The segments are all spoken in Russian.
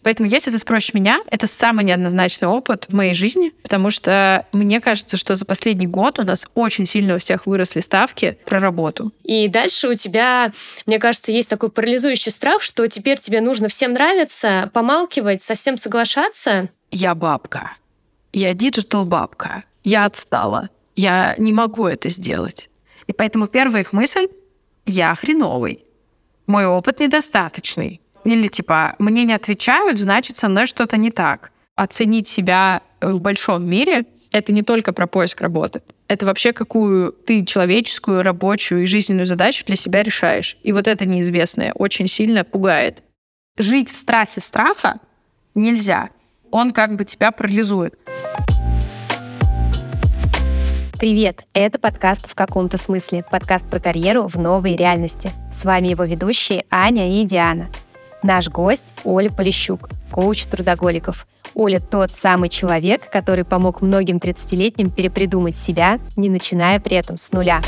Поэтому, если ты спросишь меня, это самый неоднозначный опыт в моей жизни, потому что мне кажется, что за последний год у нас очень сильно у всех выросли ставки про работу. И дальше у тебя, мне кажется, есть такой парализующий страх, что теперь тебе нужно всем нравиться, помалкивать, совсем соглашаться. Я бабка. Я диджитал-бабка. Я отстала. Я не могу это сделать. И поэтому первая их мысль — я хреновый. Мой опыт недостаточный. Или типа «мне не отвечают, значит, со мной что-то не так». Оценить себя в большом мире — это не только про поиск работы. Это вообще какую ты человеческую, рабочую и жизненную задачу для себя решаешь. И вот это неизвестное очень сильно пугает. Жить в страхе страха нельзя. Он как бы тебя парализует. Привет! Это подкаст «В каком-то смысле». Подкаст про карьеру в новой реальности. С вами его ведущие Аня и Диана. Наш гость — Оля Полищук, коуч трудоголиков. Оля — тот самый человек, который помог многим 30-летним перепридумать себя, не начиная при этом с нуля.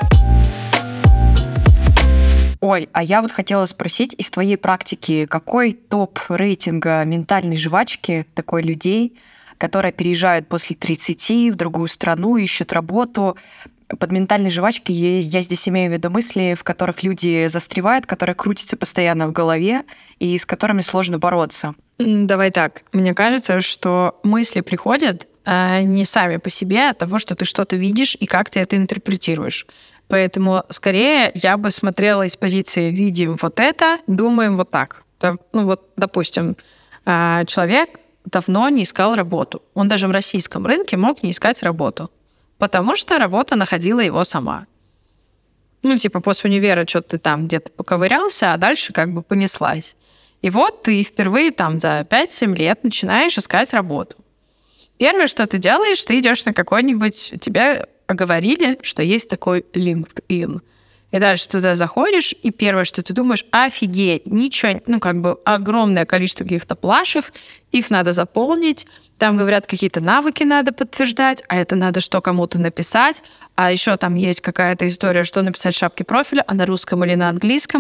Оль, а я вот хотела спросить из твоей практики, какой топ рейтинга ментальной жвачки такой людей, которые переезжают после 30 в другую страну, ищут работу? Под ментальной жвачкой я здесь имею в виду мысли, в которых люди застревают, которые крутятся постоянно в голове и с которыми сложно бороться. Давай так. Мне кажется, что мысли приходят не сами по себе от того, что ты что-то видишь и как ты это интерпретируешь. Поэтому скорее я бы смотрела из позиции «видим вот это, думаем вот так». Допустим, человек давно не искал работу. Он даже в российском рынке мог не искать работу, потому что работа находила его сама. После универа что-то ты там где-то поковырялся, а дальше как бы понеслась. И вот ты впервые за 5-7 лет начинаешь искать работу. Первое, что ты делаешь, ты идешь на какой-нибудь... Тебя оговорили, что есть такой LinkedIn. И дальше туда заходишь, и первое, что ты думаешь, офигеть, ничего, огромное количество каких-то плашек, их надо заполнить, там говорят, какие-то навыки надо подтверждать, а это надо что кому-то написать, а еще там есть какая-то история, что написать в шапке профиля, а на русском или на английском.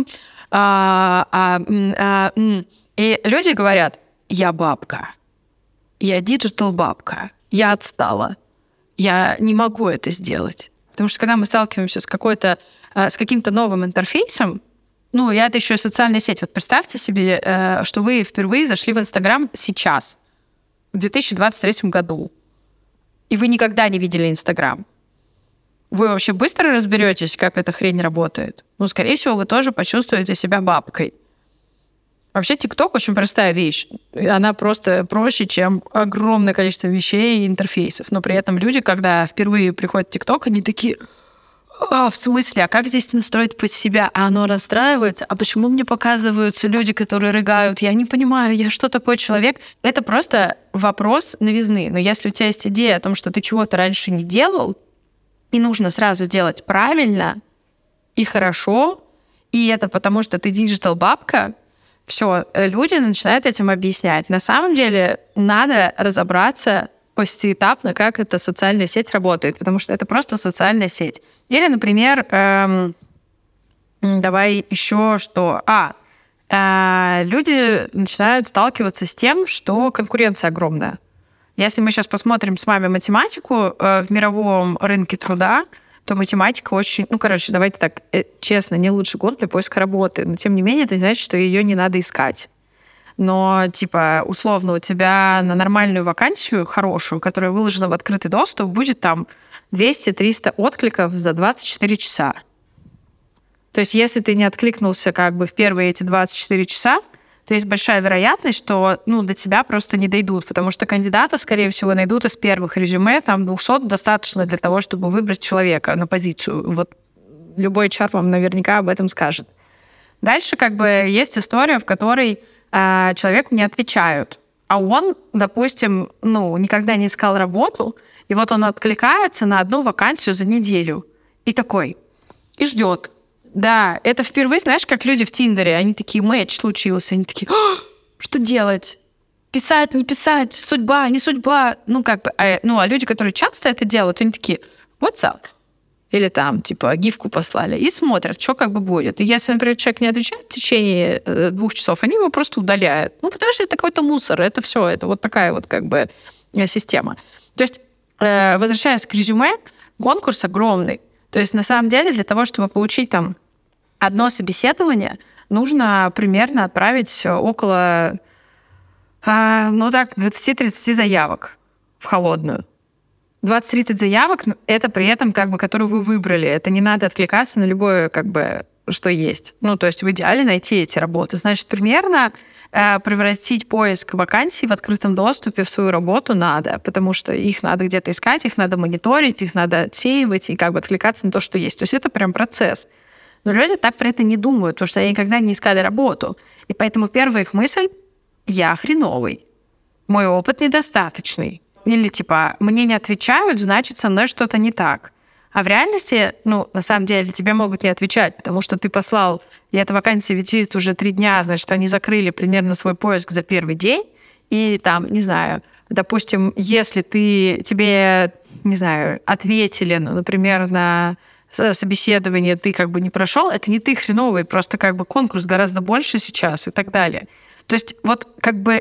И люди говорят, я бабка, я диджитал-бабка, я отстала, я не могу это сделать. Потому что когда мы сталкиваемся с каким-то новым интерфейсом, это еще и социальная сеть. Вот представьте себе, что вы впервые зашли в Инстаграм сейчас, в 2023 году, и вы никогда не видели Инстаграм. Вы вообще быстро разберетесь, как эта хрень работает? Скорее всего, вы тоже почувствуете себя бабкой. Вообще, ТикТок очень простая вещь. Она просто проще, чем огромное количество вещей и интерфейсов. Но при этом люди, когда впервые приходят в ТикТок, они такие... в смысле? А как здесь настроить под себя? А оно расстраивается? А почему мне показываются люди, которые рыгают? Я не понимаю, я что такой человек? Это просто вопрос новизны. Но если у тебя есть идея о том, что ты чего-то раньше не делал, и нужно сразу делать правильно и хорошо, и это потому, что ты диджитал-бабка, все, люди начинают этим объяснять. На самом деле надо разобраться постепенно, как эта социальная сеть работает, потому что это просто социальная сеть. Или, например, давай еще что. Люди начинают сталкиваться с тем, что конкуренция огромная. Если мы сейчас посмотрим с вами математику в мировом рынке труда, то математика очень... давайте так, честно, не лучший год для поиска работы. Но, тем не менее, это не значит, что ее не надо искать. Но, условно, у тебя на нормальную вакансию, хорошую, которая выложена в открытый доступ, будет 200-300 откликов за 24 часа. То есть, если ты не откликнулся в первые эти 24 часа, то есть большая вероятность, что до тебя просто не дойдут, потому что кандидата, скорее всего, найдут из первых резюме, 200 достаточно для того, чтобы выбрать человека на позицию. Вот любой HR вам наверняка об этом скажет. Дальше есть история, в которой человеку не отвечают, а он, допустим, никогда не искал работу, и вот он откликается на одну вакансию за неделю. И такой, и ждет. Да, это впервые, знаешь, как люди в Тиндере, они такие, матч случился, они такие, что делать? Писать, не писать, судьба, не судьба. А люди, которые часто это делают, они такие, what's up? или там, типа, гифку послали, и смотрят, что как бы будет. И если, например, человек не отвечает в течение 2 часов, они его просто удаляют. Ну, потому что это какой-то мусор, это все, это вот такая вот как бы система. То есть, возвращаясь к резюме, конкурс огромный. То есть, на самом деле, для того, чтобы получить там одно собеседование, нужно примерно отправить около, 20-30 заявок в холодную. 20-30 заявок — это при этом, как бы, которые вы выбрали. Это не надо откликаться на любое, как бы, что есть. Ну, то есть в идеале найти эти работы. Значит, примерно превратить поиск вакансий в открытом доступе в свою работу надо, потому что их надо где-то искать, их надо мониторить, их надо отсеивать и как бы откликаться на то, что есть. То есть это прям процесс. Но люди так про это не думают, потому что они никогда не искали работу. И поэтому первая их мысль — я хреновый, мой опыт недостаточный. Или типа, мне не отвечают, значит, со мной что-то не так. А в реальности, на самом деле, тебе могут не отвечать, потому что ты послал, и эта вакансия висит уже 3 дня, значит, они закрыли примерно свой поиск за первый день, и там, не знаю, допустим, если тебе, не знаю, ответили, например, на собеседование, ты как бы не прошел, это не ты хреновый, просто как бы конкурс гораздо больше сейчас и так далее. То есть вот как бы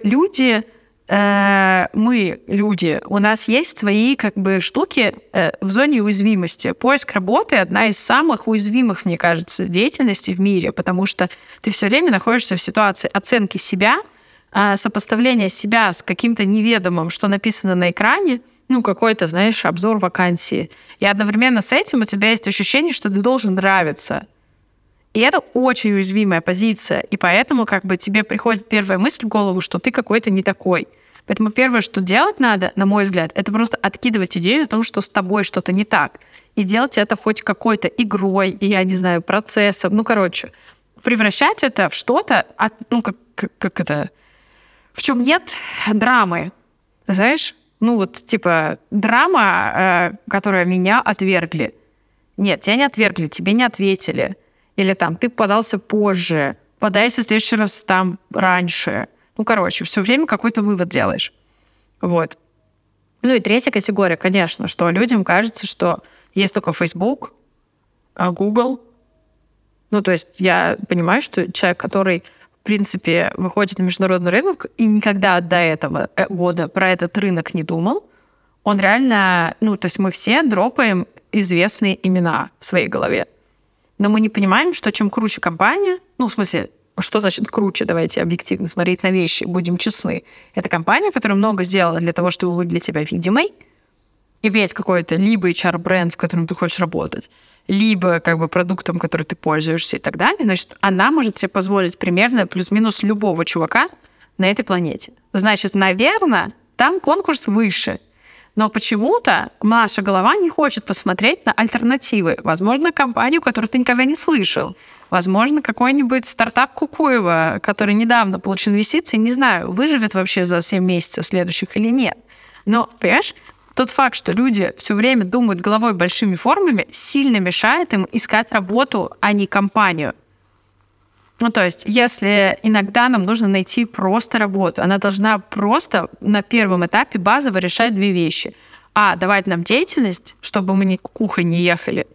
мы, люди, у нас есть свои как бы штуки в зоне уязвимости. Поиск работы — одна из самых уязвимых, мне кажется, деятельностей в мире, потому что ты все время находишься в ситуации оценки себя, сопоставления себя с каким-то неведомым, что написано на экране, какой-то, знаешь, обзор вакансии. И одновременно с этим у тебя есть ощущение, что ты должен нравиться. И это очень уязвимая позиция. И поэтому как бы тебе приходит первая мысль в голову, что ты какой-то не такой. Поэтому первое, что делать надо, на мой взгляд, это просто откидывать идею о том, что с тобой что-то не так. И делать это хоть какой-то игрой, я не знаю, процессом. Превращать это в что-то, в чем нет драмы. Знаешь? Драма, которая меня отвергли. Нет, тебя не отвергли, тебе не ответили. Или там, ты подался позже, подайся в следующий раз там раньше. Все время какой-то вывод делаешь. Вот. И третья категория, конечно, что людям кажется, что есть только Facebook, Google. То есть я понимаю, что человек, который, в принципе, выходит на международный рынок и никогда до этого года про этот рынок не думал, он реально... то есть мы все дропаем известные имена в своей голове. Но мы не понимаем, что чем круче компания, что значит круче, давайте объективно смотреть на вещи, будем честны. Это компания, которая много сделала для того, чтобы быть для тебя видимой, иметь какой-то либо HR-бренд, в котором ты хочешь работать, либо как бы продуктом, который ты пользуешься и так далее. Значит, она может себе позволить примерно плюс-минус любого чувака на этой планете. Значит, наверное, там конкурс выше. Но почему-то наша голова не хочет посмотреть на альтернативы. Возможно, компанию, которую ты никогда не слышал. Возможно, какой-нибудь стартап Кукуева, который недавно получил инвестиции, не знаю, выживет вообще за 7 месяцев следующих или нет. Но, понимаешь, тот факт, что люди все время думают головой большими формами, сильно мешает им искать работу, а не компанию. То есть, если иногда нам нужно найти просто работу, она должна просто на первом этапе базово решать 2 вещи. Давать нам деятельность, чтобы мы ни кухой не ехали,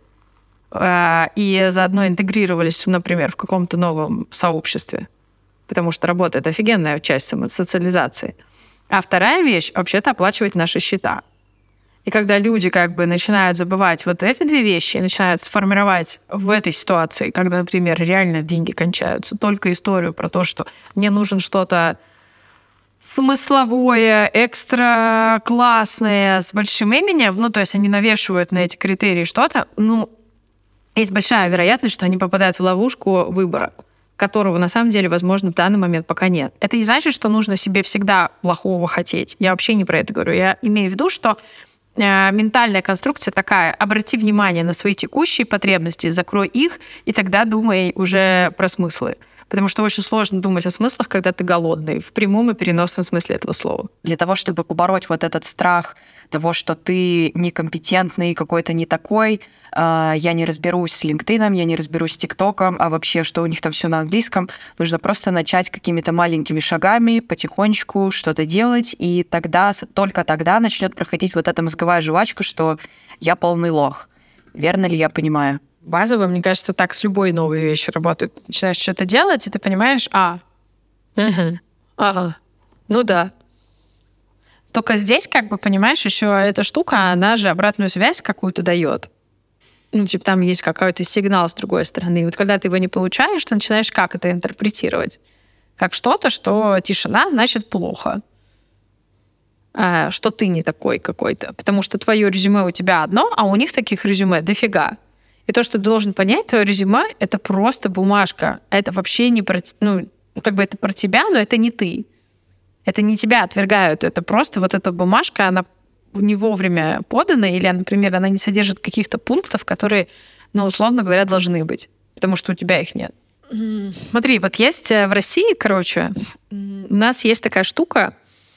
и заодно интегрировались, например, в каком-то новом сообществе. Потому что работа — это офигенная часть самосоциализации. А вторая вещь — вообще-то оплачивать наши счета. И когда люди как бы начинают забывать вот эти 2 вещи и начинают сформировать в этой ситуации, когда, например, реально деньги кончаются, только историю про то, что мне нужно что-то смысловое, экстра классное, с большим именем, то есть они навешивают на эти критерии что-то, есть большая вероятность, что они попадают в ловушку выбора, которого на самом деле, возможно, в данный момент пока нет. Это не значит, что нужно себе всегда плохого хотеть. Я вообще не про это говорю. Я имею в виду, что ментальная конструкция такая: обрати внимание на свои текущие потребности, закрой их, и тогда думай уже про смыслы. Потому что очень сложно думать о смыслах, когда ты голодный, в прямом и переносном смысле этого слова. Для того, чтобы побороть вот этот страх того, что ты некомпетентный, какой-то не такой, я не разберусь с LinkedIn, я не разберусь с ТикТоком, а вообще, что у них там все на английском, нужно просто начать какими-то маленькими шагами, потихонечку что-то делать, и тогда, только тогда начнет проходить вот эта мозговая жвачка, что я полный лох. Верно ли я понимаю? Базово, мне кажется, так с любой новой вещью работает. Ты начинаешь что-то делать, и ты понимаешь, ну да. Только здесь, понимаешь, еще эта штука, она же обратную связь какую-то дает. Там есть какой-то сигнал с другой стороны. И вот когда ты его не получаешь, ты начинаешь как это интерпретировать? Как что-то, что тишина значит плохо. Что ты не такой какой-то. Потому что твое резюме у тебя одно, а у них таких резюме дофига. И то, что ты должен понять, твое резюме — это просто бумажка. Это вообще не про... это про тебя, но это не ты. Это не тебя отвергают. Это просто вот эта бумажка, она не вовремя подана, или, например, она не содержит каких-то пунктов, которые, условно говоря, должны быть, потому что у тебя их нет. Смотри, вот есть в России, у нас есть такая штука,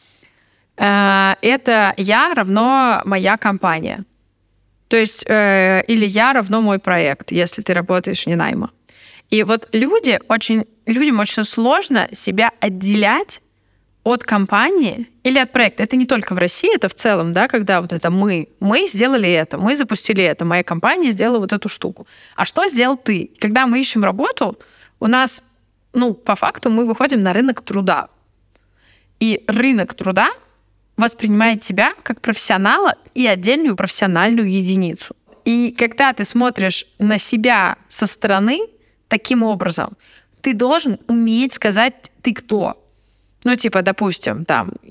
это «я» равно «моя компания». То есть, или «я» равно «мой проект», если ты работаешь не найма. И вот людям очень сложно себя отделять от компании или от проекта. Это не только в России, это в целом, да, когда вот это мы сделали это, мы запустили это, моя компания сделала вот эту штуку. А что сделал ты? Когда мы ищем работу, у нас, по факту мы выходим на рынок труда. И рынок труда воспринимает тебя как профессионала и отдельную профессиональную единицу. И когда ты смотришь на себя со стороны таким образом, ты должен уметь сказать, ты кто. Допустим,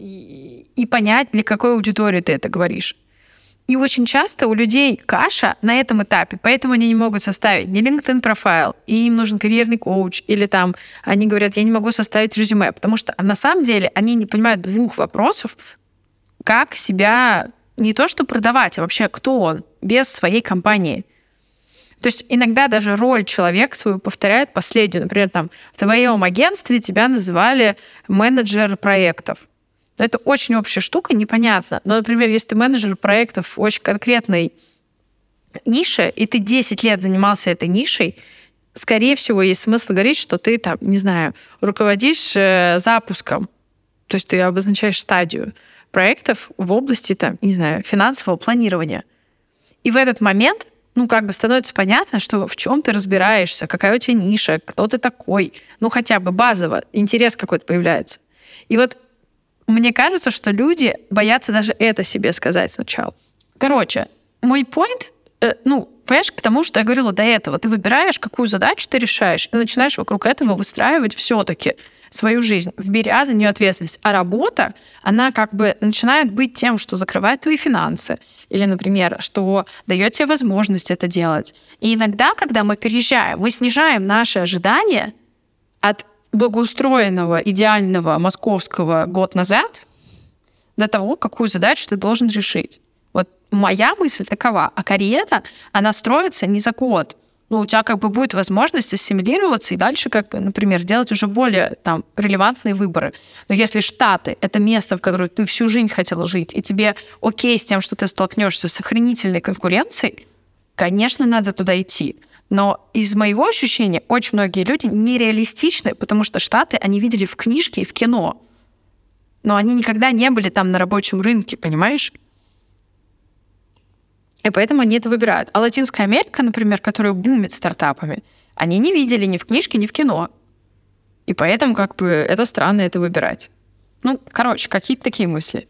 и понять, для какой аудитории ты это говоришь. И очень часто у людей каша на этом этапе, поэтому они не могут составить ни LinkedIn профайл, и им нужен карьерный коуч, или они говорят, я не могу составить резюме, потому что на самом деле они не понимают двух вопросов, как себя не то что продавать, а вообще кто он без своей компании. То есть иногда даже роль человека свою повторяет последнюю. Например, в твоем агентстве тебя называли менеджер проектов. Но это очень общая штука, непонятно. Но, например, если ты менеджер проектов в очень конкретной нише, и ты 10 лет занимался этой нишей, скорее всего, есть смысл говорить, что ты, руководишь запуском. То есть ты обозначаешь стадию проектов в области, финансового планирования. И в этот момент становится понятно, что в чем ты разбираешься, какая у тебя ниша, кто ты такой. Хотя бы базово интерес какой-то появляется. И вот мне кажется, что люди боятся даже это себе сказать сначала. Мой point, понимаешь, к тому, что я говорила до этого. Ты выбираешь, какую задачу ты решаешь, и начинаешь вокруг этого выстраивать все-таки свою жизнь, беря за нее ответственность. А работа, она начинает быть тем, что закрывает твои финансы. Или, например, что дает тебе возможность это делать. И иногда, когда мы переезжаем, мы снижаем наши ожидания от благоустроенного, идеального московского год назад до того, какую задачу ты должен решить. Вот моя мысль такова. А карьера, она строится не за год. У тебя будет возможность ассимилироваться и дальше, например, делать уже более релевантные выборы. Но если Штаты — это место, в котором ты всю жизнь хотел жить, и тебе окей с тем, что ты столкнешься с охренительной конкуренцией, конечно, надо туда идти. Но из моего ощущения очень многие люди нереалистичны, потому что Штаты они видели в книжке и в кино. Но они никогда не были там на рабочем рынке, понимаешь? И поэтому они это выбирают. А Латинская Америка, например, которая бумит стартапами, они не видели ни в книжке, ни в кино. И поэтому это странно это выбирать. Какие-то такие мысли.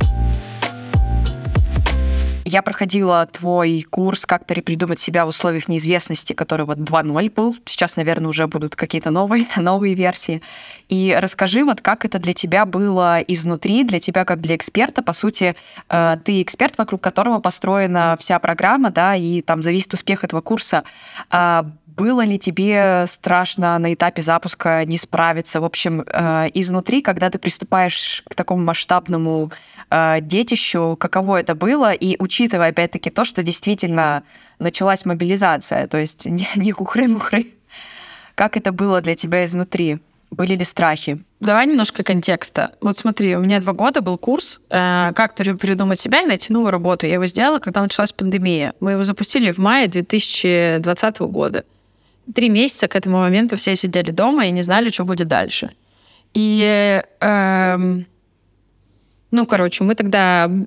Я проходила твой курс «Как перепридумать себя в условиях неизвестности», который 2.0 был. Сейчас, наверное, уже будут какие-то новые версии. И расскажи, как это для тебя было изнутри, для тебя как для эксперта. По сути, ты эксперт, вокруг которого построена вся программа, да, и зависит успех этого курса. Было ли тебе страшно на этапе запуска не справиться? В общем, изнутри, когда ты приступаешь к такому масштабному детищу, каково это было? И учитывая, опять-таки, то, что действительно началась мобилизация, то есть не хухры-мухры. Как это было для тебя изнутри? Были ли страхи? Давай немножко контекста. Вот смотри, у меня 2 года был курс «Как передумать себя и найти новую работу». Я его сделала, когда началась пандемия. Мы его запустили в мае 2020 года. 3 месяца к этому моменту все сидели дома и не знали, что будет дальше. И, мы тогда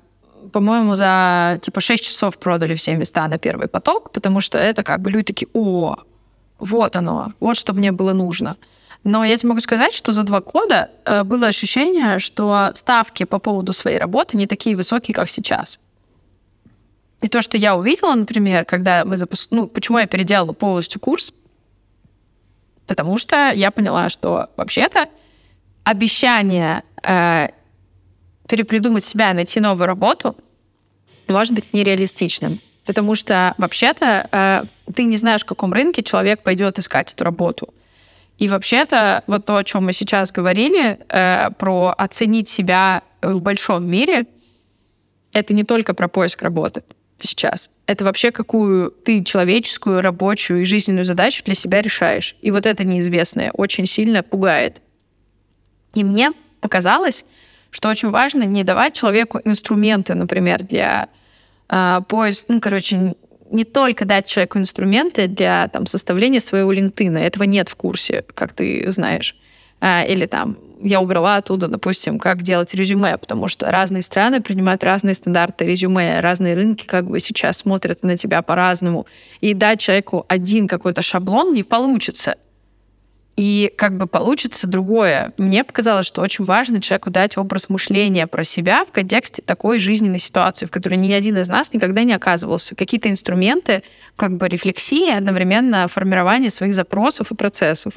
по-моему, за 6 часов продали все места на первый поток, потому что это как бы люди такие: о, вот оно, вот что мне было нужно. Но я тебе могу сказать, что за 2 года было ощущение, что ставки по поводу своей работы не такие высокие, как сейчас. И то, что я увидела, например, когда мы почему я переделала полностью курс, потому что я поняла, что вообще-то обещание перепридумать себя и найти новую работу может быть нереалистичным. Потому что вообще-то ты не знаешь, в каком рынке человек пойдет искать эту работу. И вообще-то вот то, о чем мы сейчас говорили, про оценить себя в большом мире, это не только про поиск работы сейчас. Это вообще какую ты человеческую, рабочую и жизненную задачу для себя решаешь. И вот это неизвестное очень сильно пугает. И мне показалось, что очень важно не давать человеку инструменты, например, для поиска, не только дать человеку инструменты для составления своего LinkedIn. Этого нет в курсе, как ты знаешь. Или я убрала оттуда, допустим, как делать резюме, потому что разные страны принимают разные стандарты резюме, разные рынки сейчас смотрят на тебя по-разному. И дать человеку один какой-то шаблон не получится. И получится другое. Мне показалось, что очень важно человеку дать образ мышления про себя в контексте такой жизненной ситуации, в которой ни один из нас никогда не оказывался. Какие-то инструменты, рефлексии, одновременно формирование своих запросов и процессов.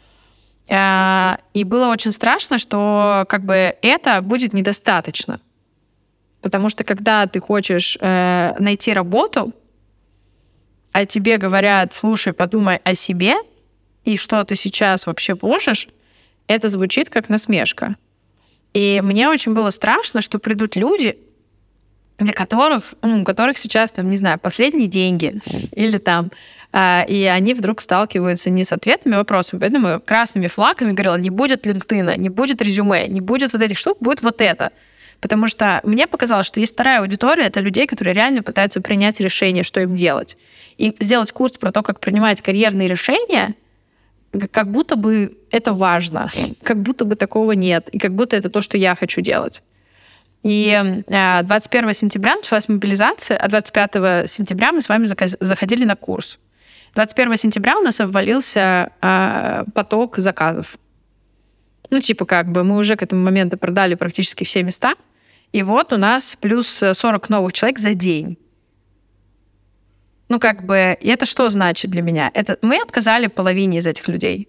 И было очень страшно, что это будет недостаточно. Потому что когда ты хочешь найти работу, а тебе говорят: слушай, подумай о себе, и что ты сейчас вообще можешь, это звучит как насмешка. И мне очень было страшно, что придут люди, у которых сейчас, последние деньги, или и они вдруг сталкиваются не с ответными вопросами, поэтому красными флагами говорила: не будет LinkedIn, не будет резюме, не будет вот этих штук, будет вот это. Потому что мне показалось, что есть вторая аудитория, это людей, которые реально пытаются принять решение, что им делать. И сделать курс про то, как принимать карьерные решения, как будто бы это важно, как будто бы такого нет, и как будто это то, что я хочу делать. И 21 сентября началась мобилизация, а 25 сентября мы с вами заходили на курс. 21 сентября у нас обвалился поток заказов. Мы уже к этому моменту продали практически все места, и вот у нас плюс 40 новых человек за день. И это что значит для меня? Это мы отказали половине из этих людей.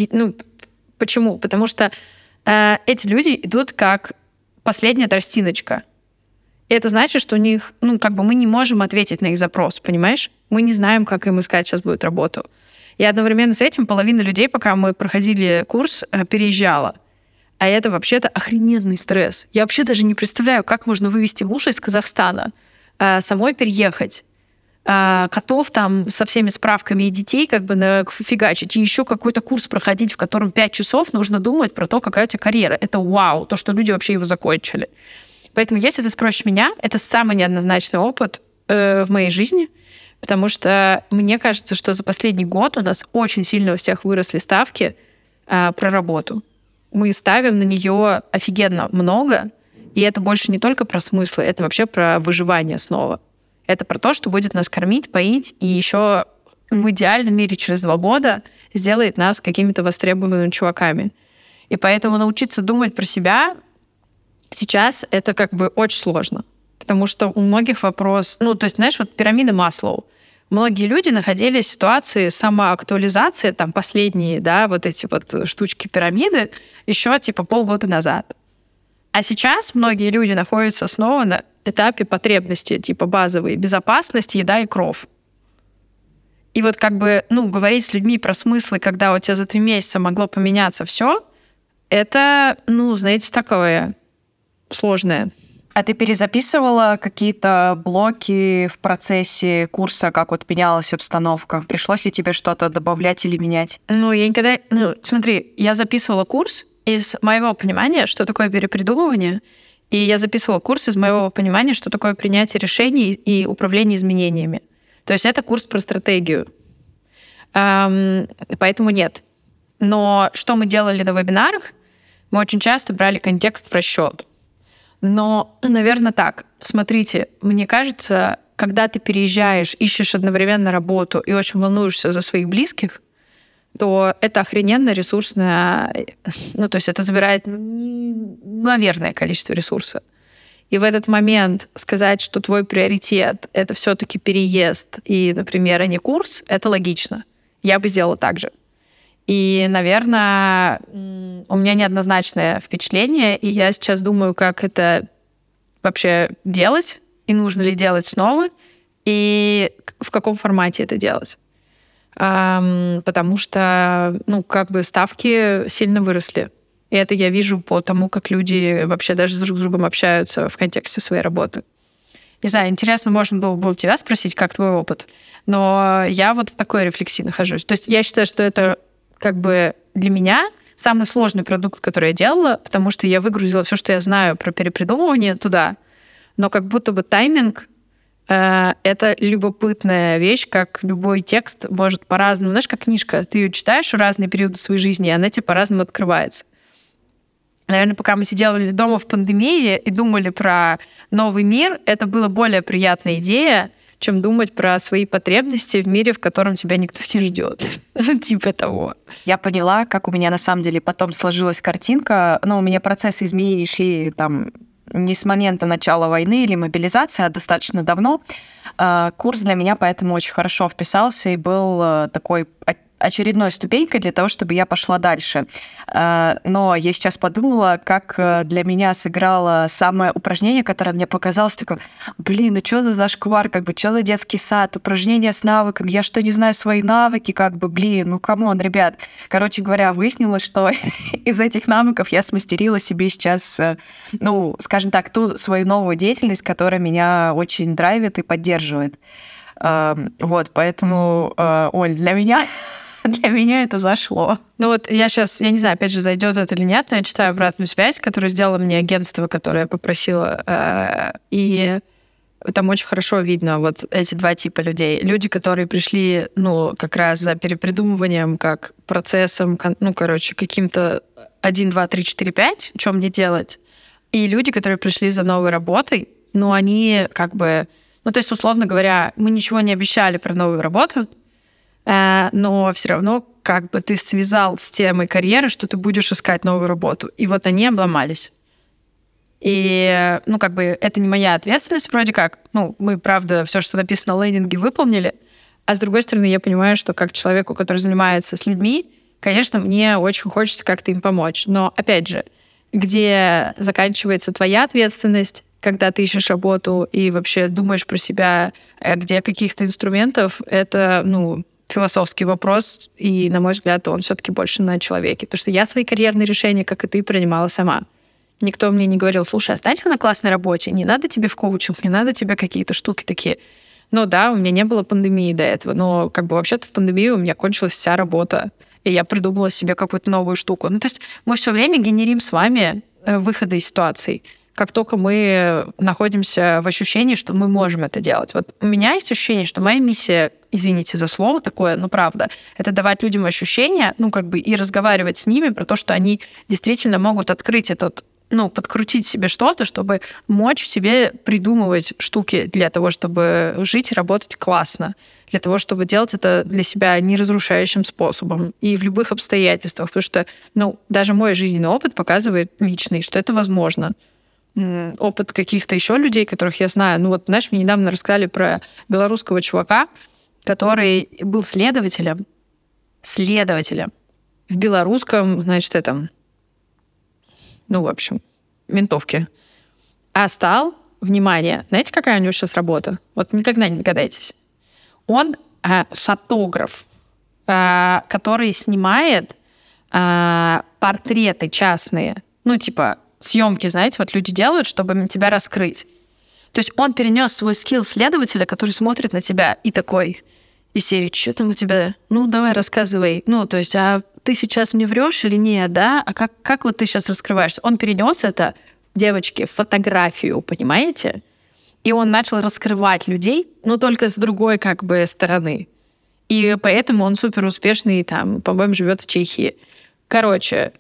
Почему? Потому что эти люди идут как последняя тростиночка. И это значит, что у них, мы не можем ответить на их запрос, понимаешь? Мы не знаем, как им искать сейчас будет работу. И одновременно с этим половина людей, пока мы проходили курс, переезжала. А это вообще-то охрененный стресс. Я вообще даже не представляю, как можно вывести мужа из Казахстана, самой переехать, котов со всеми справками и детей фигачить, и еще какой-то курс проходить, в котором 5 часов нужно думать про то, какая у тебя карьера. Это вау, то, что люди вообще его закончили. Поэтому, если ты спросишь меня, это самый неоднозначный опыт в моей жизни, потому что мне кажется, что за последний год у нас очень сильно у всех выросли ставки про работу. Мы ставим на нее офигенно много, и это больше не только про смыслы, это вообще про выживание снова. Это про то, что будет нас кормить, поить, и еще в идеальном мире через 2 года сделает нас какими-то востребованными чуваками. И поэтому научиться думать про себя сейчас это очень сложно. Потому что у многих вопрос... пирамида Маслоу. Многие люди находились в ситуации самоактуализации, последние, эти штучки пирамиды, еще полгода назад. А сейчас многие люди находятся снова на этапе потребностей, базовые: безопасность, еда и кров. И говорить с людьми про смыслы, когда у тебя за 3 месяца могло поменяться все, это, такое сложное. А ты перезаписывала какие-то блоки в процессе курса, как менялась обстановка? Пришлось ли тебе что-то добавлять или менять? Я никогда... смотри, я записывала курс из моего понимания, что такое перепридумывание, и я записывала курс из моего понимания, что такое принятие решений и управление изменениями. То есть это курс про стратегию. Поэтому нет. Но что мы делали на вебинарах? Мы очень часто брали контекст в расчет. Но, наверное, так. Смотрите, мне кажется, когда ты переезжаешь, ищешь одновременно работу и очень волнуешься за своих близких, то это охрененно ресурсное, то есть это забирает неимоверное количество ресурсов. И в этот момент сказать, что твой приоритет — это все-таки переезд и, например, а не курс, это логично. Я бы сделала так же. И, наверное, у меня неоднозначное впечатление, и я сейчас думаю, как это вообще делать, и нужно ли делать снова, и в каком формате это делать. Потому что, ставки сильно выросли. И это я вижу по тому, как люди вообще даже друг с другом общаются в контексте своей работы. Не знаю, интересно, можно было бы тебя спросить, как твой опыт, но я вот в такой рефлексии нахожусь. То есть я считаю, что это для меня самый сложный продукт, который я делала, потому что я выгрузила все, что я знаю про перепридумывание туда, но как будто бы тайминг это любопытная вещь, как любой текст может по-разному. Знаешь, как книжка, ты ее читаешь в разные периоды своей жизни, и она тебе по-разному открывается. Наверное, пока мы сидели дома в пандемии и думали про новый мир, это была более приятная идея, чем думать про свои потребности в мире, в котором тебя никто не ждет. Типа того. Я поняла, как у меня на самом деле потом сложилась картинка. У меня процессы изменений шли не с момента начала войны или мобилизации, а достаточно давно. Курс для меня поэтому очень хорошо вписался и был такой очередной ступенькой для того, чтобы я пошла дальше. Но я сейчас подумала, как для меня сыграло самое упражнение, которое мне показалось такое, что за зашквар, что за детский сад, упражнение с навыками, я что, не знаю свои навыки, камон, ребят. Короче говоря, выяснилось, что из этих навыков я смастерила себе сейчас, скажем так, ту свою новую деятельность, которая меня очень драйвит и поддерживает. Поэтому, Оль, для меня это зашло. Я сейчас, я не знаю, опять же, зайдет это или нет, но я читаю обратную связь, которую сделало мне агентство, которое я попросила, и там очень хорошо видно вот эти два типа людей. Люди, которые пришли, как раз за перепридумыванием, как процессом, каким-то 1, 2, 3, 4, 5, что мне делать, и люди, которые пришли за новой работой, они то есть, условно говоря, мы ничего не обещали про новую работу, но все равно ты связал с темой карьеры, что ты будешь искать новую работу. И вот они обломались. И, это не моя ответственность вроде как. Мы, правда, все, что написано на лендинге, выполнили. А с другой стороны, я понимаю, что как человеку, который занимается с людьми, конечно, мне очень хочется как-то им помочь. Но, опять же, где заканчивается твоя ответственность, когда ты ищешь работу и вообще думаешь про себя, где каких-то инструментов, это, философский вопрос, и, на мой взгляд, он все-таки больше на человеке. Потому что я свои карьерные решения, как и ты, принимала сама. Никто мне не говорил, слушай, останься на классной работе, не надо тебе в коучинг, не надо тебе какие-то штуки такие. Да, у меня не было пандемии до этого, но вообще-то в пандемию у меня кончилась вся работа, и я придумала себе какую-то новую штуку. То есть мы все время генерим с вами выходы из ситуаций. Как только мы находимся в ощущении, что мы можем это делать. Вот у меня есть ощущение, что моя миссия, извините за слово такое, но правда, это давать людям ощущение, и разговаривать с ними про то, что они действительно могут открыть этот, подкрутить себе что-то, чтобы мочь в себе придумывать штуки для того, чтобы жить и работать классно, для того, чтобы делать это для себя неразрушающим способом и в любых обстоятельствах, потому что, даже мой жизненный опыт показывает личный, что это возможно. Опыт каких-то еще людей, которых я знаю. Знаешь, мне недавно рассказали про белорусского чувака, который был следователем в белорусском, ментовке. А стал, внимание, знаете, какая у него сейчас работа? Никогда не догадайтесь. Он фотограф, который снимает портреты частные, съемки, знаете, люди делают, чтобы тебя раскрыть. То есть он перенес свой скилл следователя, который смотрит на тебя и такой, из серии, что там у тебя? Давай, рассказывай. То есть, а ты сейчас мне врешь или нет, да? А как ты сейчас раскрываешься? Он перенес это, девочки, в фотографию, понимаете? И он начал раскрывать людей, но только с другой стороны. И поэтому он супер успешный, по-моему, живет в Чехии. Короче,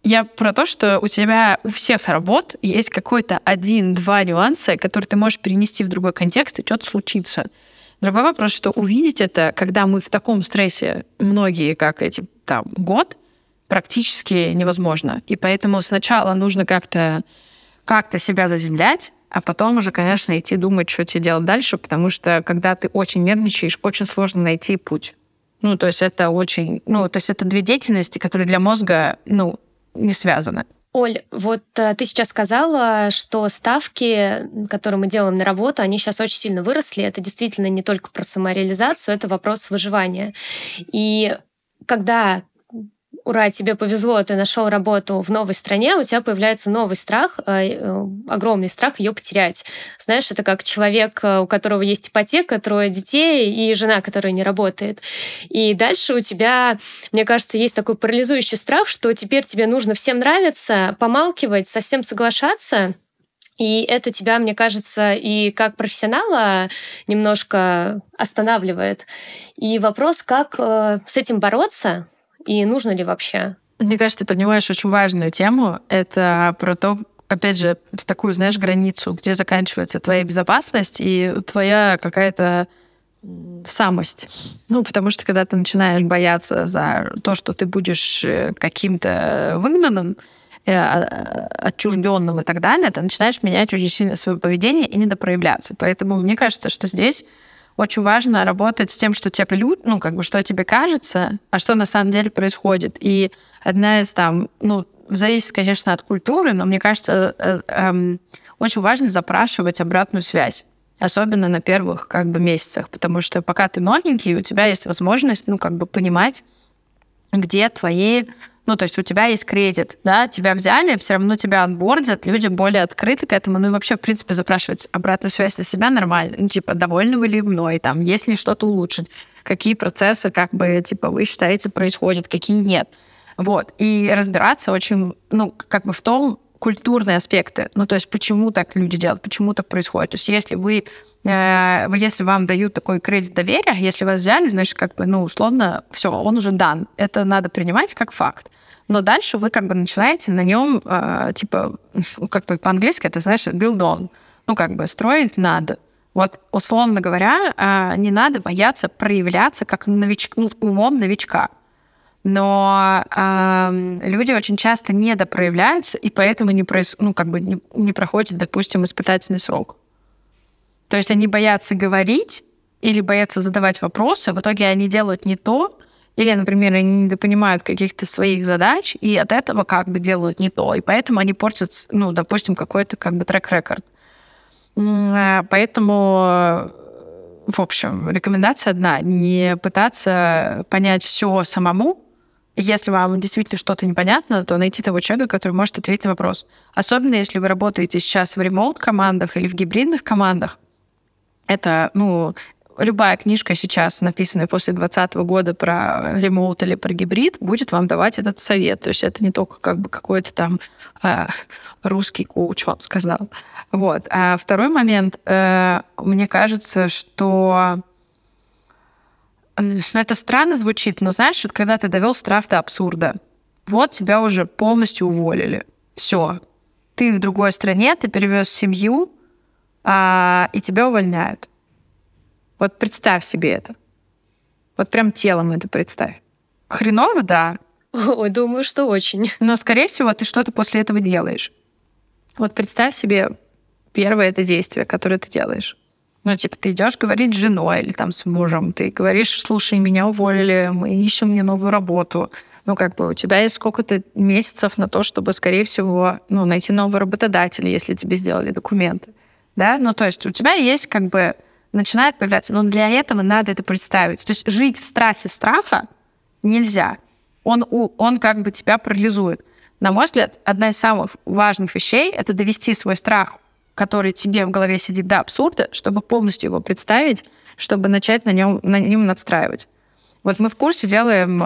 Я про то, что у тебя у всех работ есть какой-то 1-2 нюанса, которые ты можешь перенести в другой контекст, и что-то случится. Другой вопрос, что увидеть это, когда мы в таком стрессе, многие, как год, практически невозможно. И поэтому сначала нужно как-то себя заземлять, а потом уже, конечно, идти думать, что тебе делать дальше, потому что, когда ты очень нервничаешь, очень сложно найти путь. То есть это это две деятельности, которые для мозга, не связаны. Оль, вот ты сейчас сказала, что ставки, которые мы делаем на работу, они сейчас очень сильно выросли. Это действительно не только про самореализацию, это вопрос выживания. И когда, ура, тебе повезло, ты нашел работу в новой стране, у тебя появляется новый страх, огромный страх ее потерять. Знаешь, это как человек, у которого есть ипотека, 3 детей и жена, которая не работает. И дальше у тебя, мне кажется, есть такой парализующий страх, что теперь тебе нужно всем нравиться, помалкивать, совсем соглашаться. И это тебя, мне кажется, и как профессионала немножко останавливает. И вопрос, как с этим бороться, и нужно ли вообще? Мне кажется, ты поднимаешь очень важную тему. Это про то, опять же, в такую, знаешь, границу, где заканчивается твоя безопасность и твоя какая-то самость. Потому что когда ты начинаешь бояться за то, что ты будешь каким-то выгнанным, отчужденным и так далее, ты начинаешь менять очень сильно свое поведение и недопроявляться. Поэтому мне кажется, что здесь очень важно работать с тем, что тебе что тебе кажется, а что на самом деле происходит. И одна из зависит, конечно, от культуры, но мне кажется, очень важно запрашивать обратную связь. Особенно на первых месяцах, потому что пока ты новенький, у тебя есть возможность понимать, где твои... то есть у тебя есть кредит, да, тебя взяли, все равно тебя онбордят, люди более открыты к этому, и вообще, в принципе, запрашивать обратную связь на себя нормально. Довольны вы ли мной, есть ли что-то улучшить, какие процессы, вы считаете, происходят, какие нет. И разбираться очень, в том, культурные аспекты. То есть почему так люди делают, почему так происходит. То есть если вам дают такой кредит доверия, если вас взяли, значит, условно, все, он уже дан. Это надо принимать как факт. Но дальше вы начинаете на нем, по-английски это, знаешь, build on. Строить надо. Условно говоря, не надо бояться проявляться как умом новичка. Но люди очень часто недопроявляются, и поэтому не проходят, допустим, испытательный срок. То есть они боятся говорить или боятся задавать вопросы, в итоге они делают не то, или, например, они недопонимают каких-то своих задач, и от этого делают не то, и поэтому они портят, допустим, какой-то трек-рекорд. Поэтому, в общем, рекомендация одна: не пытаться понять все самому. Если вам действительно что-то непонятно, то найти того человека, который может ответить на вопрос. Особенно если вы работаете сейчас в ремоут-командах или в гибридных командах. Это, любая книжка сейчас, написанная после 2020 года про ремоут или про гибрид, будет вам давать этот совет. То есть это не только какой-то там русский коуч вам сказал. А второй момент, мне кажется, что... Это странно звучит, но знаешь, когда ты довел страх до абсурда, тебя уже полностью уволили. Все. Ты в другой стране, ты перевез семью, и тебя увольняют. Представь себе это. Прям телом это представь. Хреново, да. Ой, думаю, что очень. Но, скорее всего, ты что-то после этого делаешь. Представь себе первое это действие, которое ты делаешь. Ты идешь говорить с женой или с мужем, ты говоришь: слушай, меня уволили, мы ищем мне новую работу. У тебя есть сколько-то месяцев на то, чтобы, скорее всего, найти нового работодателя, если тебе сделали документы. Да? То есть у тебя есть начинает появляться, но для этого надо это представить. То есть жить в страхе страха нельзя. Он тебя парализует. На мой взгляд, одна из самых важных вещей — это довести свой страх, который тебе в голове сидит, до абсурда, чтобы полностью его представить, чтобы начать на нем надстраивать. Мы в курсе делаем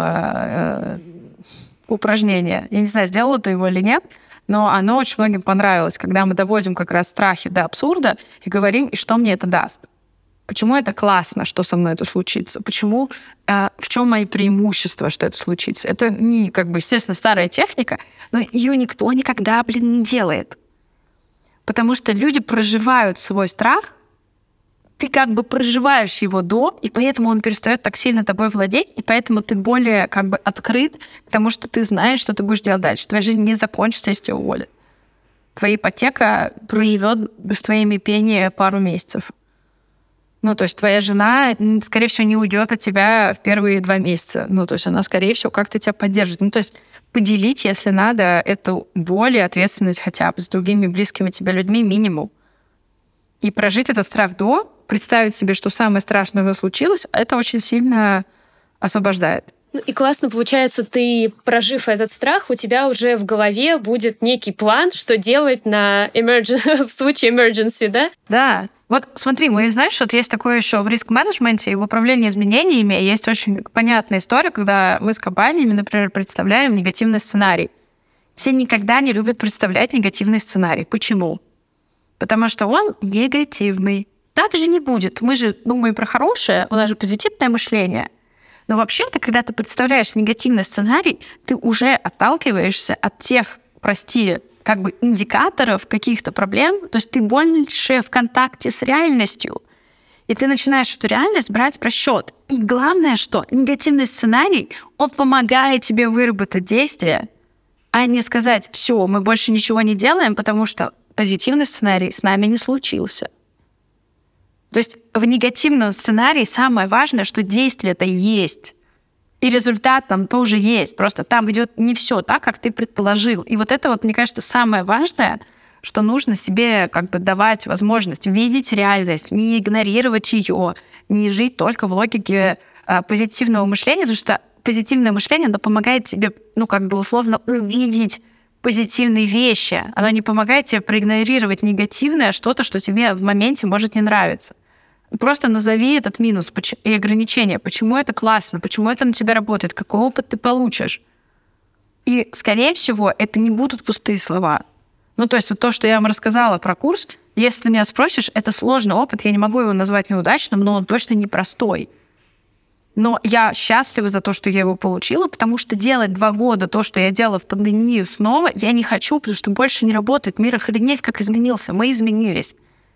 упражнение. Я не знаю, сделала ты его или нет, но оно очень многим понравилось, когда мы доводим как раз страхи до абсурда и говорим, и что мне это даст. Почему это классно, что со мной это случится? Почему, в чем мои преимущества, что это случится? Это не, естественно, старая техника, но ее никто никогда, не делает. Потому что люди проживают свой страх, ты проживаешь его до, и поэтому он перестает так сильно тобой владеть, и поэтому ты более открыт к тому, что ты знаешь, что ты будешь делать дальше. Твоя жизнь не закончится, если тебя уволят. Твоя ипотека проживет без твоими пения пару месяцев. То есть твоя жена, скорее всего, не уйдет от тебя в первые 2 месяца. То есть она, скорее всего, как-то тебя поддержит. То есть поделить, если надо, эту боль и ответственность хотя бы с другими близкими тебе людьми минимум. И прожить этот страх до, представить себе, что самое страшное уже случилось, это очень сильно освобождает. И классно получается, ты, прожив этот страх, у тебя уже в голове будет некий план, что делать в случае emergency, да? Да. Вот смотри, знаешь, есть такое еще в риск-менеджменте и в управлении изменениями есть очень понятная история, когда мы с компаниями, например, представляем негативный сценарий. Все никогда не любят представлять негативный сценарий. Почему? Потому что он негативный. Так же не будет. Мы же думаем про хорошее, у нас же позитивное мышление. Но вообще-то, когда ты представляешь негативный сценарий, ты уже отталкиваешься от тех, индикаторов каких-то проблем, то есть ты больше в контакте с реальностью, и ты начинаешь эту реальность брать в расчет. И главное, что негативный сценарий, он помогает тебе выработать действия, а не сказать: все, мы больше ничего не делаем, потому что позитивный сценарий с нами не случился. То есть в негативном сценарии самое важное, что действие-то есть. И результат там тоже есть. Просто там идет не все так, как ты предположил. И вот это, мне кажется, самое важное, что нужно себе давать возможность видеть реальность, не игнорировать ее, не жить только в логике позитивного мышления, потому что позитивное мышление, оно помогает тебе, условно увидеть позитивные вещи. Оно не помогает тебе проигнорировать негативное, что-то, что тебе в моменте может не нравиться. Просто назови этот минус и ограничение. Почему это классно? Почему это на тебя работает? Какой опыт ты получишь? И, скорее всего, это не будут пустые слова. То есть то, что я вам рассказала про курс, если ты меня спросишь, это сложный опыт, я не могу его назвать неудачным, но он точно непростой. Но я счастлива за то, что я его получила, потому что делать 2 года то, что я делала в пандемию снова, я не хочу, потому что больше не работает. Мир охренеть как изменился. Мы изменились.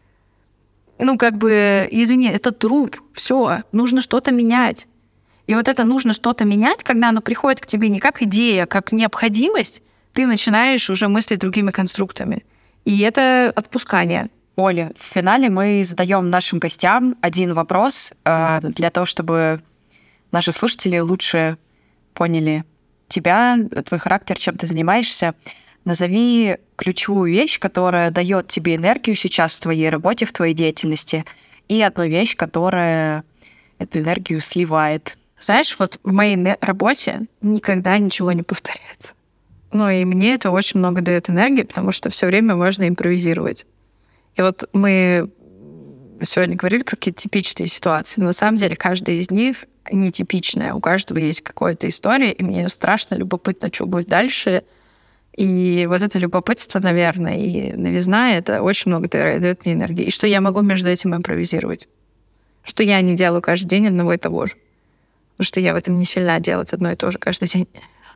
Извини, это труп, все, нужно что-то менять. И это нужно что-то менять, когда оно приходит к тебе не как идея, как необходимость, ты начинаешь уже мыслить другими конструктами. И это отпускание. Оля, в финале мы задаем нашим гостям один вопрос для того, чтобы наши слушатели лучше поняли тебя, твой характер, чем ты занимаешься. Назови ключевую вещь, которая дает тебе энергию сейчас в твоей работе, в твоей деятельности, и одну вещь, которая эту энергию сливает. Знаешь, в моей работе никогда ничего не повторяется. И мне это очень много дает энергии, потому что все время можно импровизировать. И мы сегодня говорили про какие-то типичные ситуации. Но на самом деле каждая из них нетипичная. У каждого есть какая-то история, и мне страшно любопытно, что будет дальше. И это любопытство, наверное, и новизна, это очень много дает мне энергии. И что я могу между этим импровизировать. Что я не делаю каждый день одного и того же. Потому что я в этом не сильна делать одно и то же каждый день.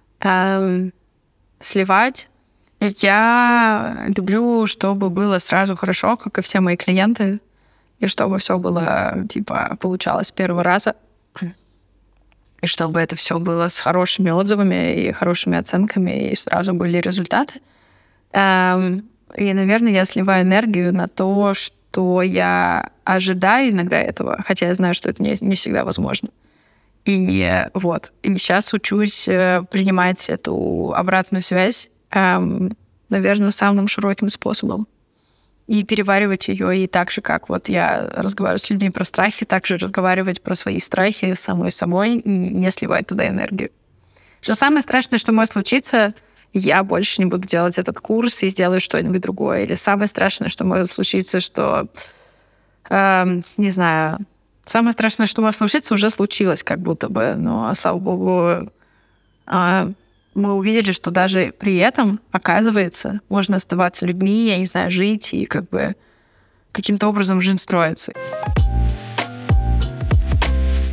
Сливать. Я люблю, чтобы было сразу хорошо, как и все мои клиенты. И чтобы все было, получалось с первого раза. И чтобы это все было с хорошими отзывами и хорошими оценками, и сразу были результаты. И, наверное, я сливаю энергию на то, что я ожидаю иногда этого, хотя я знаю, что это не всегда возможно. И сейчас учусь принимать эту обратную связь, наверное, самым широким способом. И переваривать ее, и так же, как я разговариваю с людьми про страхи, также разговаривать про свои страхи с самой собой и не сливать туда энергию. Что самое страшное, что может случиться, я больше не буду делать этот курс и сделаю что-нибудь другое. Или самое страшное, что может случиться, что, не знаю, самое страшное, что может случиться, уже случилось как будто бы. Но, слава богу, мы увидели, что даже при этом, оказывается, можно оставаться людьми, я не знаю, жить и каким-то образом жизнь строится.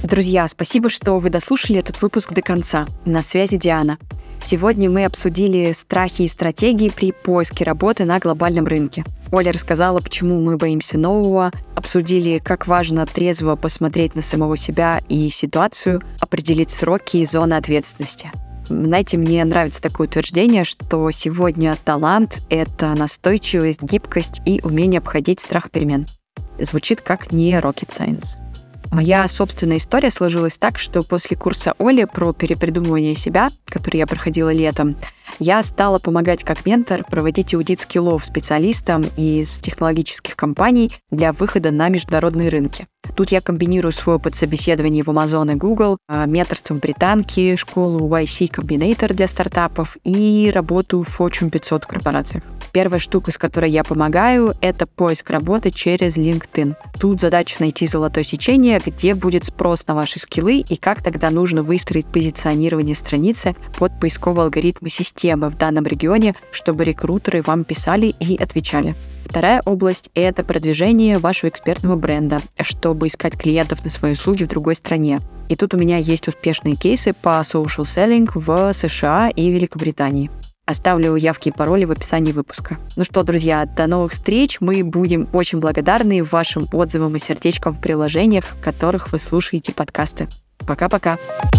Друзья, спасибо, что вы дослушали этот выпуск до конца. На связи Диана. Сегодня мы обсудили страхи и стратегии при поиске работы на глобальном рынке. Оля рассказала, почему мы боимся нового, обсудили, как важно трезво посмотреть на самого себя и ситуацию, определить сроки и зоны ответственности. Знаете, мне нравится такое утверждение, что сегодня талант — это настойчивость, гибкость и умение обходить страх перемен. Звучит как не rocket science. Моя собственная история сложилась так, что после курса Оли про перепридумывание себя, который я проходила летом, я стала помогать как ментор проводить аудит скиллов специалистам из технологических компаний для выхода на международные рынки. Тут я комбинирую свой опыт собеседований в Amazon и Google, менторство в британке, школу YC Combinator для стартапов и работу в Fortune 500 корпорациях. Первая штука, с которой я помогаю, это поиск работы через LinkedIn. Тут задача найти золотое сечение, где будет спрос на ваши скиллы и как тогда нужно выстроить позиционирование страницы под поисковые алгоритмы системы в данном регионе, чтобы рекрутеры вам писали и отвечали. Вторая область — это продвижение вашего экспертного бренда, чтобы искать клиентов на свои услуги в другой стране. И тут у меня есть успешные кейсы по social selling в США и Великобритании. Оставлю явки и пароли в описании выпуска. Ну что, друзья, до новых встреч. Мы будем очень благодарны вашим отзывам и сердечкам в приложениях, в которых вы слушаете подкасты. Пока-пока.